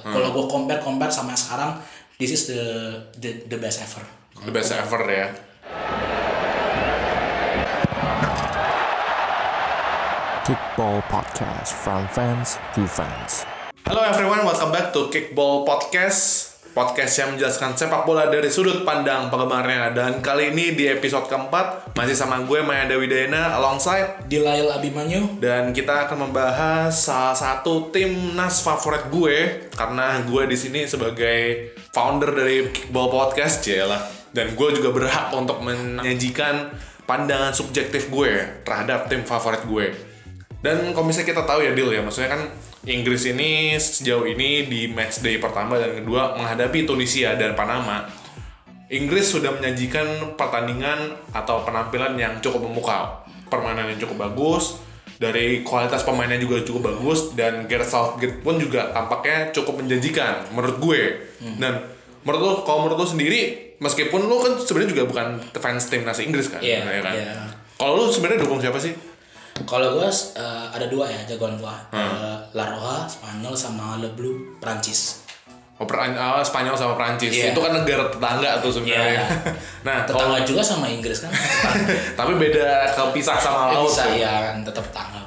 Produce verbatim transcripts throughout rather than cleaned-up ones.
Hmm. Kalau gue compare compare sama yang sekarang, this is the the the best ever. The best ever ya. Kickball Podcast from fans to fans. Hello everyone, welcome back to Kickball Podcast. Podcast yang menjelaskan sepak bola dari sudut pandang penggemarnya. Dan kali ini di episode keempat masih sama gue Maya Dewi Dayana alongside Dilail Abimanyu. Dan kita akan membahas salah satu timnas favorit gue karena gue di sini sebagai founder dari Kickball Podcast, jelah. Dan gue juga berhak untuk menyajikan pandangan subjektif gue terhadap tim favorit gue. Dan kalau misalnya kita tahu ya Dil ya, maksudnya kan Inggris ini sejauh ini di matchday pertama dan kedua menghadapi Tunisia dan Panama, Inggris sudah menyajikan pertandingan atau penampilan yang cukup memukau, permainan yang cukup bagus, dari kualitas pemainnya juga cukup bagus, dan Gareth Southgate pun juga tampaknya cukup menjanjikan menurut gue. Hmm. Dan menurut lo, kalau menurut lo sendiri, meskipun lo kan sebenarnya juga bukan fans timnas Inggris kan, yeah, ya kan? Yeah. Kalau lo sebenarnya dukung siapa sih? Kalau gue uh, ada dua ya jagoan gue, hmm. uh, La Roja Spanyol sama Le Bleu Prancis. Oh, per- uh, Spanyol sama Prancis, yeah. Itu kan negara tetangga tuh sebenarnya. Yeah. Nah, tetangga kalo... juga sama Inggris kan. Tapi beda kepisah sama laut. Bisa ya kan, tetap tetangga.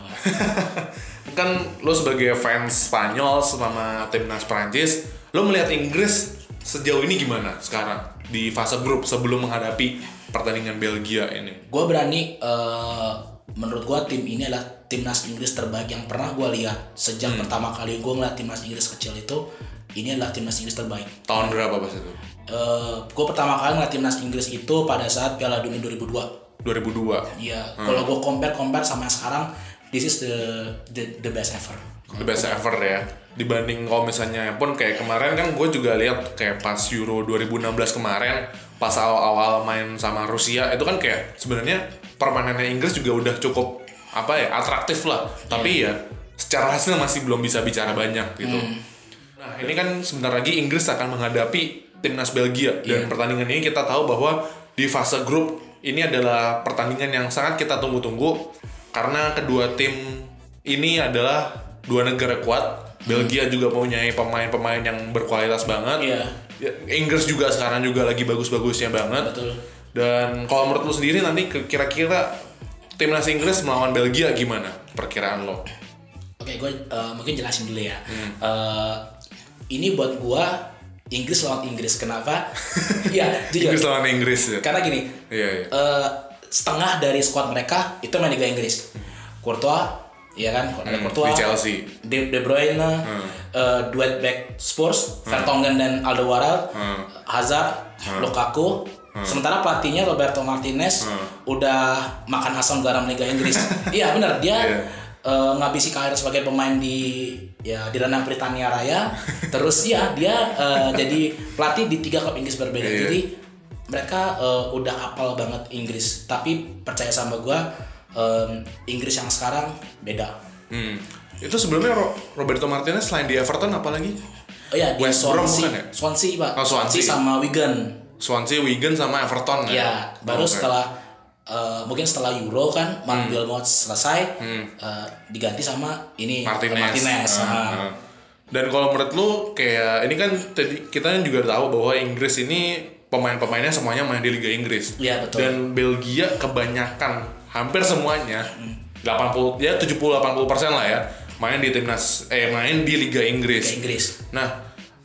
Kan lo sebagai fans Spanyol sama timnas Prancis, lo melihat Inggris sejauh ini gimana sekarang di fase grup sebelum menghadapi pertandingan Belgia ini? Gue berani. Uh, Menurut gue tim ini adalah timnas Inggris terbaik yang pernah gue lihat sejak hmm. pertama kali gue ngeliat timnas Inggris kecil itu. Ini adalah timnas Inggris terbaik. Tahun berapa pas itu? Uh, gue pertama kali ngeliat timnas Inggris itu pada saat Piala Dunia dua ribu dua. dua ribu dua. Iya. Hmm. Kalau gue compare compare sama yang sekarang, this is the the the best ever. The best ever ya. Dibanding kalau misalnya pun kayak kemarin kan gue juga lihat kayak pas Euro dua ribu enam belas kemarin, pas awal-awal main sama Rusia itu kan kayak sebenarnya permainannya Inggris juga udah cukup apa ya atraktif lah, yeah. Tapi ya secara hasil masih belum bisa bicara banyak gitu. Mm. Nah ini kan sebentar lagi Inggris akan menghadapi timnas Belgia, yeah. Dan pertandingan ini kita tahu bahwa di fase grup ini adalah pertandingan yang sangat kita tunggu-tunggu karena kedua tim ini adalah dua negara kuat. Belgia mm. juga mempunyai pemain-pemain yang berkualitas banget. Yeah. Inggris juga sekarang juga lagi bagus-bagusnya banget. Betul. Dan kalau menurut lo sendiri nanti kira-kira timnas Inggris melawan Belgia gimana perkiraan lo? Oke, gue uh, mungkin jelasin dulu ya. Hmm. Uh, ini buat gue Inggris lawan Inggris. Kenapa? Ya, jujur. Inggris lawan Inggris ya. Karena gini, iya, iya. Uh, setengah dari skuad mereka itu main Liga Inggris. Courtois, ya kan? Ada hmm, Courtois, di Chelsea. De, De Bruyne, hmm. uh, duet back Spurs, hmm. Vertonghen dan Alderweireld, hmm. Hazard, hmm. Lukaku. Hmm. Sementara pelatihnya Roberto Martinez hmm. udah makan asam garam Liga Inggris. Iya benar, dia yeah. uh, ngabisi karir sebagai pemain di ya di Renang Britania Raya. Terus ya dia uh, jadi pelatih di tiga klub Inggris berbeda. Yeah. Jadi mereka uh, udah hafal banget Inggris. Tapi percaya sama gue, um, Inggris yang sekarang beda. Hmm. Itu sebelumnya Roberto Martinez selain di Everton apa lagi? Oh ya di West Brom Swansea, bukan ya? Swansea pak. Oh, Swansea. Swansea sama Wigan. Swansea, Wigan sama Everton ya. Ya, baru okay. setelah uh, mungkin setelah Euro kan, Mark hmm. Wilmot selesai, hmm. uh, diganti sama ini Martinez. Martinez. Uh, uh. Dan kalau menurut lu kayak ini kan tadi kita juga tahu bahwa Inggris ini pemain-pemainnya semuanya main di Liga Inggris. Iya betul. Dan Belgia kebanyakan hampir semuanya hmm. delapan puluh ya tujuh puluh delapan puluh persen lah ya main di timnas eh main di Liga Inggris. Liga Inggris. Nah,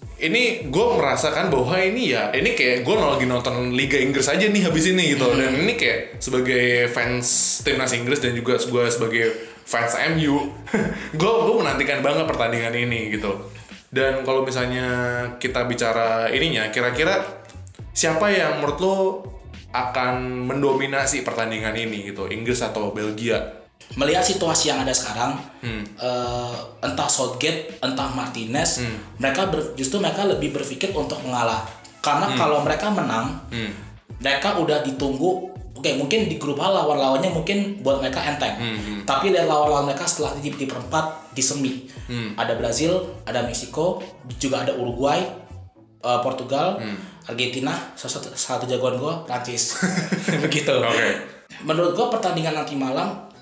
ini gue merasakan bahwa ini ya ini kayak gue lagi nonton Liga Inggris aja nih habis ini gitu. Hmm. Dan ini kayak sebagai fans timnas Inggris dan juga gue sebagai fans M U gue gue menantikan banget pertandingan ini gitu. Dan kalau misalnya kita bicara ininya, kira-kira siapa yang menurut lo akan mendominasi pertandingan ini gitu, Inggris atau Belgia? Melihat situasi yang ada sekarang, hmm. uh, entah Southgate, entah Martinez, hmm. mereka ber, justru mereka lebih berpikir untuk mengalah. Karena hmm. kalau mereka menang, hmm. mereka udah ditunggu. Oke, okay, mungkin di grup A lawan-lawannya mungkin buat mereka enteng. Hmm. Tapi lihat lawan-lawan mereka setelah di, di perempat di semi, hmm. ada Brazil, ada Meksiko, juga ada Uruguay, uh, Portugal, hmm. Argentina, salah satu, satu jagoan gue, Prancis. Begitu. Okay. Menurut gue pertandingan nanti malam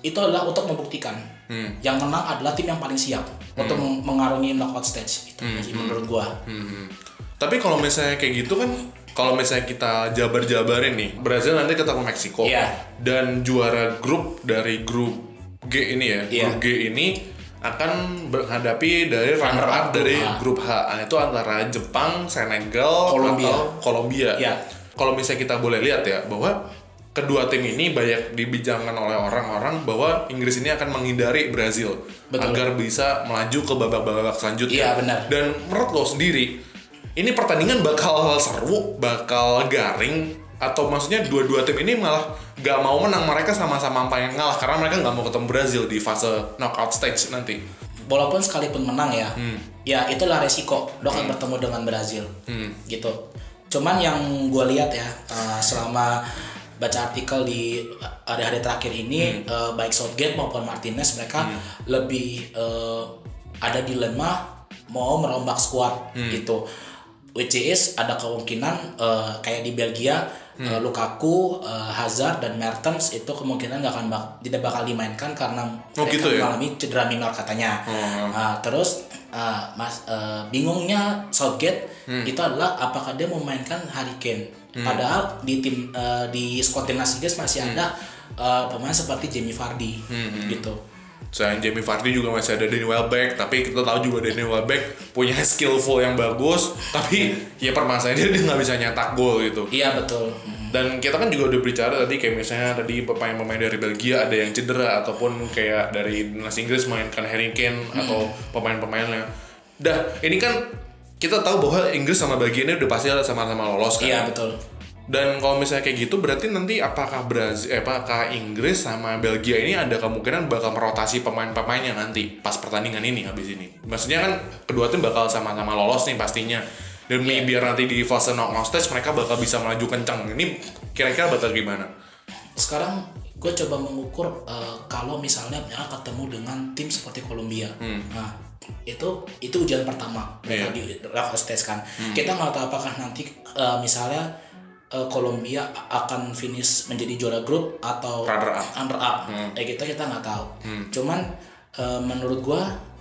itu adalah untuk membuktikan hmm. yang menang adalah tim yang paling siap hmm. untuk mengarungi knockout stage itu hmm. sih menurut gua. Hmm. Tapi kalau misalnya kayak gitu kan, kalau misalnya kita jabar-jabarin nih, Brazil nanti ketemu Meksiko yeah. dan juara grup dari grup G ini ya, yeah. grup G ini akan menghadapi dari runner up dari H. grup H. Nah, itu antara Jepang, Senegal, Kolombia. atau Kolombia. Yeah. Kalau misalnya kita boleh lihat ya bahwa kedua tim ini banyak dibincangkan oleh orang-orang bahwa Inggris ini akan menghindari Brazil. Betul. Agar bisa melaju ke babak-babak selanjutnya. Iya, benar. Dan menurut lo sendiri, ini pertandingan bakal seru, bakal garing, atau maksudnya dua-dua tim ini malah gak mau menang, mereka sama-sama pengen ngalah karena mereka gak mau ketemu Brazil di fase knockout stage nanti. Walaupun sekalipun menang ya, hmm. ya itulah resiko lo akan hmm. bertemu dengan Brazil, hmm. gitu. Cuman yang gue lihat ya uh, selama baca artikel di hari-hari terakhir ini, hmm. uh, baik Southgate maupun Martinez mereka hmm. lebih uh, ada dilema mau merombak skuad hmm. gitu. Which is ada kemungkinan uh, kayak di Belgia hmm. uh, Lukaku, uh, Hazard dan Mertens itu kemungkinan nggak akan bak- tidak bakal dimainkan karena oh, mereka gitu ya? mengalami cedera minor katanya. Oh. Uh, terus uh, mas uh, bingungnya Southgate hmm. itu adalah apakah dia memainkan Harry Kane. Hmm. Padahal di tim uh, di squad timnas Inggris masih hmm. ada uh, pemain seperti Jamie Vardy hmm. gitu. Selain Jamie Vardy juga masih ada Danny Welbeck, tapi kita tahu juga Danny Welbeck punya skillful yang bagus, tapi ya permasalahannya dia nggak bisa nyetak gol gitu. Iya betul. Dan kita kan juga udah bicara tadi kayak misalnya tadi pemain-pemain dari Belgia ada yang cedera ataupun kayak dari timnas Inggris mainkan Harry Kane hmm. atau pemain-pemainnya. Dah ini kan kita tahu bahwa Inggris sama Belgia ini udah pasti sama-sama lolos kan. Iya betul. Dan kalau misalnya kayak gitu berarti nanti apakah Brazil, eh, apakah Inggris sama Belgia ini ada kemungkinan bakal merotasi pemain-pemainnya nanti pas pertandingan ini habis ini. Maksudnya kan kedua tim bakal sama-sama lolos nih pastinya. Demi yeah. biar nanti di fase knockout stage mereka bakal bisa melaju kencang. Ini kira-kira bakal gimana? Sekarang gue coba mengukur uh, kalau misalnya mereka ketemu dengan tim seperti Kolombia. Hmm. Nah, itu itu ujian pertama mereka yeah. di knockout stage kan. Hmm. Kita nggak tahu apakah nanti uh, misalnya Kolombia akan finish menjadi juara grup atau runner up, runner up. Hmm. Eh kita kita nggak tahu. Hmm. Cuman uh, menurut gua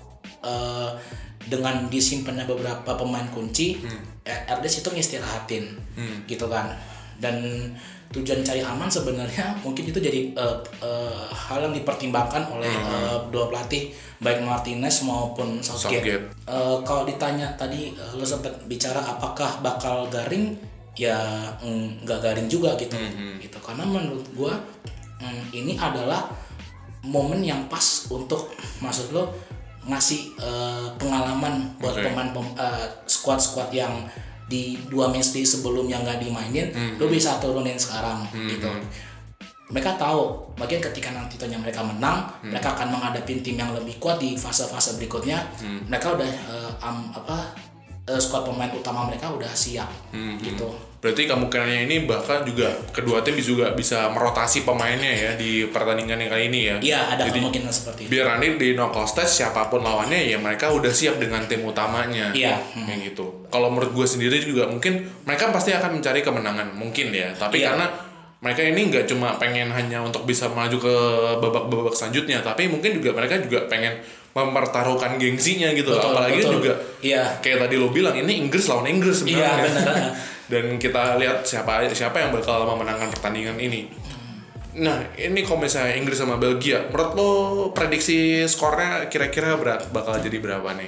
uh, dengan disimpannya beberapa pemain kunci, hmm. Erdes itu ngistirahatin, hmm. gitu kan. Dan tujuan cari aman sebenarnya mungkin itu jadi uh, uh, hal yang dipertimbangkan oleh hmm. uh, dua pelatih baik Martinez maupun Southgate. Southgate. Uh, kalau ditanya tadi uh, lo sempat bicara apakah bakal garing? Ya nggak garing juga gitu, mm-hmm. gitu karena menurut gue mm, ini adalah momen yang pas untuk maksud lo ngasih uh, pengalaman buat okay. pemain pem, uh, squad-squad yang di dua match day sebelumnya nggak dimainin, mm-hmm. lo bisa turunin sekarang mm-hmm. gitu. Mereka tahu bagian ketika nanti tanya mereka menang, mm-hmm. mereka akan menghadapi tim yang lebih kuat di fase-fase berikutnya. Mm-hmm. Mereka udah uh, um, apa Uh, squad pemain utama mereka udah siap, hmm, gitu. Berarti kemungkinannya ini bahkan juga kedua tim juga bisa merotasi pemainnya ya di pertandingan yang kali ini ya. Iya, ada jadi, kemungkinan seperti itu. Biar nanti di knockout stage siapapun lawannya ya mereka udah siap dengan tim utamanya. Iya. Hmm. Kayak gitu. Kalau menurut gue sendiri juga mungkin mereka pasti akan mencari kemenangan mungkin ya. Tapi iya. karena mereka ini nggak cuma pengen hanya untuk bisa maju ke babak-babak selanjutnya, tapi mungkin juga mereka juga pengen mempertaruhkan gengsinya gitu. Betul, apalagi betul. juga iya. kayak tadi lo bilang ini Inggris lawan Inggris sebenarnya. Iya, benar. Dan kita lihat siapa siapa yang bakal memenangkan pertandingan ini. Nah, ini kalau misalnya Inggris sama Belgia, menurut lo prediksi skornya kira-kira berat bakal jadi berapa nih?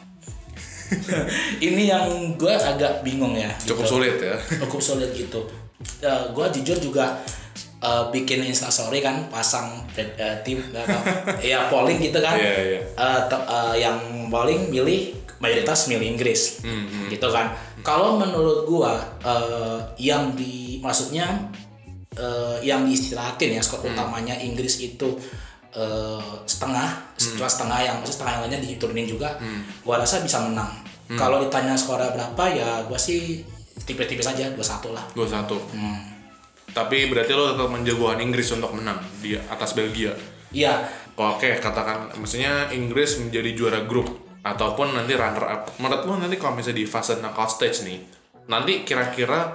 Ini yang gue agak bingung ya. Cukup gitu. sulit ya. Cukup sulit gitu. Uh, gue jujur juga uh, bikin instastory kan, pasang uh, tim uh, ya polling gitu kan. Yeah, yeah. Uh, te- uh, yang polling milih mayoritas milih Inggris, mm-hmm. gitu kan. Mm-hmm. Kalau menurut gue uh, yang di maksudnya uh, yang diistirahatin ya skor mm. utamanya Inggris itu uh, setengah, mm. cuma setengah yang setengah yang lainnya diturunin juga. Mm. Gue rasa bisa menang. Mm. Kalau ditanya skornya berapa ya gue sih tipis-tipis aja dua satu lah. dua satu. Hmm. Tapi berarti lo tetap menjagokan Inggris untuk menang di atas Belgia. Iya. Oke, katakan maksudnya Inggris menjadi juara grup ataupun nanti runner up. Menurut lo nanti kalau misalnya di fase knockout stage nih, nanti kira-kira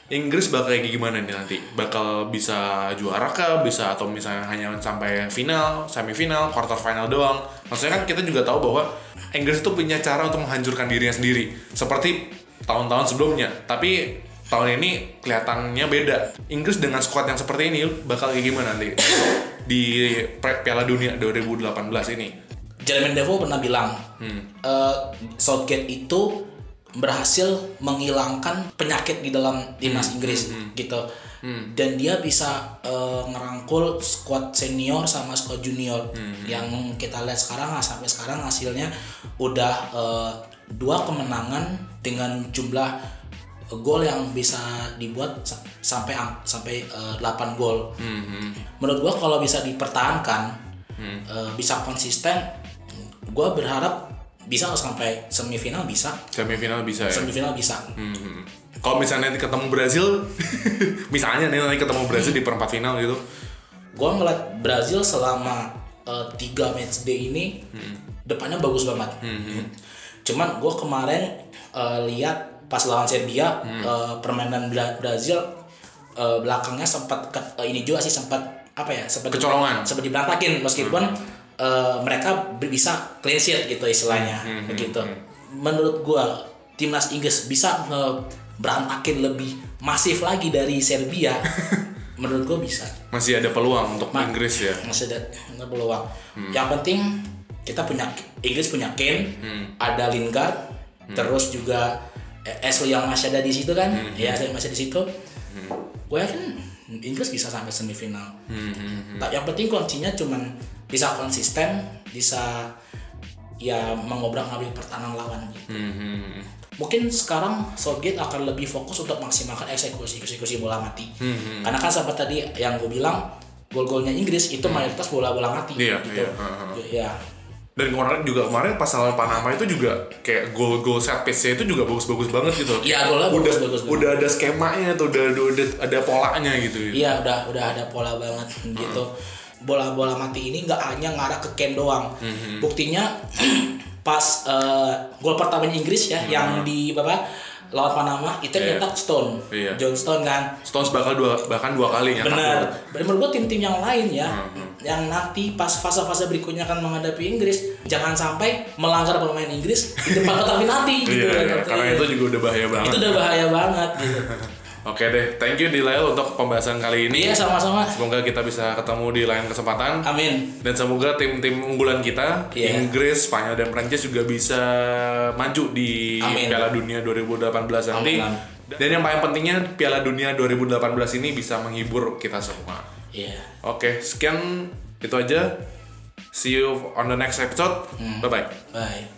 Inggris bakal kayak gimana nih nanti? Bakal bisa juara kah? Bisa atau misalnya hanya sampai final, semifinal, quarter final doang? Maksudnya kan kita juga tahu bahwa Inggris itu punya cara untuk menghancurkan dirinya sendiri. Seperti tahun-tahun sebelumnya. Tapi tahun ini kelihatannya beda. Inggris dengan skuad yang seperti ini bakal kayak gimana nanti di Piala Dunia dua ribu delapan belas ini? Jermaine Defoe pernah bilang, hmm. uh, Southgate itu berhasil menghilangkan penyakit di dalam timnas hmm. Inggris hmm. gitu. Hmm. Dan dia bisa uh, ngerangkul squad senior sama squad junior hmm. yang kita lihat sekarang sampai sekarang hasilnya udah uh, dua kemenangan dengan jumlah gol yang bisa dibuat sampai sampai uh, delapan gol. Hmm. Menurut gua kalau bisa dipertahankan hmm. uh, bisa konsisten, gua berharap bisa sampai semifinal bisa. Semifinal bisa ya. Semifinal bisa. Hmm. Kalau misalnya nanti ketemu Brazil, misalnya nih nanti ketemu Brazil di perempat final gitu. Gua ngeliat Brazil selama uh, tiga match day ini hmm. depannya bagus banget. Hmm. Cuman gua kemarin uh, lihat pas lawan Serbia hmm. uh, permainan Brazil uh, belakangnya sempat uh, ini juga sih sempat apa ya? Sempat kecolongan. Sempat diberantakin meskipun hmm. Uh, mereka bisa clean sheet gitu istilahnya hmm, begitu. Hmm, hmm. Menurut gua timnas Inggris bisa berantakin lebih masif lagi dari Serbia. Menurut gua bisa. Masih ada peluang untuk Ma- Inggris ya. Masih ada, ada peluang. Hmm. Yang penting kita punya Inggris punya Kane, hmm. ada Lingard, hmm. terus juga Ashley yang masih ada di situ kan, hmm. ya masih di situ. Hmm. Gua yakin Inggris bisa sampai semifinal. Hmm, hmm, hmm. Yang penting kuncinya cuman bisa konsisten, bisa ya mengobrak-abrik pertahanan lawan gitu. Hmm. Mungkin sekarang Southgate akan lebih fokus untuk maksimalkan eksekusi eksekusi bola mati. Hmm. Karena kan sampai tadi yang gue bilang gol-golnya Inggris itu mayoritas bola-bola mati. Iya, gitu. iya. Uh-huh. Ya. Dan kemarin juga kemarin pas lawan Panama itu juga kayak gol-gol set piece-nya itu juga bagus-bagus banget gitu. Iya, golnya udah bagus-bagus. Udah ada skemanya tuh, udah, udah ada polanya gitu. Iya, udah udah ada pola banget gitu. Hmm. Bola-bola mati ini nggak hanya ngarah ke Kane doang. Mm-hmm. Buktinya pas uh, gol pertamanya Inggris ya, mm-hmm. yang di apa lawan Panama itu yeah. nyetak Stone, yeah. John Stone kan. Stones bakal dua bahkan dua kali nyetak. Benar. Menurut gua tim-tim yang lain ya, mm-hmm. yang nanti pas fase-fase berikutnya akan menghadapi Inggris, jangan sampai melanggar pemain Inggris di depan kotak penalti gitu. Yeah, yeah. Karena itu juga udah bahaya banget. Itu udah bahaya banget gitu. Oke deh, thank you Dilail untuk pembahasan kali ini. Iya, sama-sama. Semoga kita bisa ketemu di lain kesempatan. Amin. Dan semoga tim-tim unggulan kita, yeah. Inggris, Spanyol, dan Prancis juga bisa maju di Amin. Piala Dunia dua ribu delapan belas nanti. Amin. Dan yang paling pentingnya, Piala Dunia dua ribu delapan belas ini bisa menghibur kita semua. Iya. Yeah. Oke, sekian itu aja. See you on the next episode. Hmm. Bye-bye. Bye.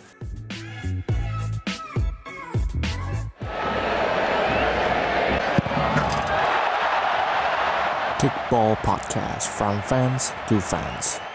Kickball Podcast from fans to fans.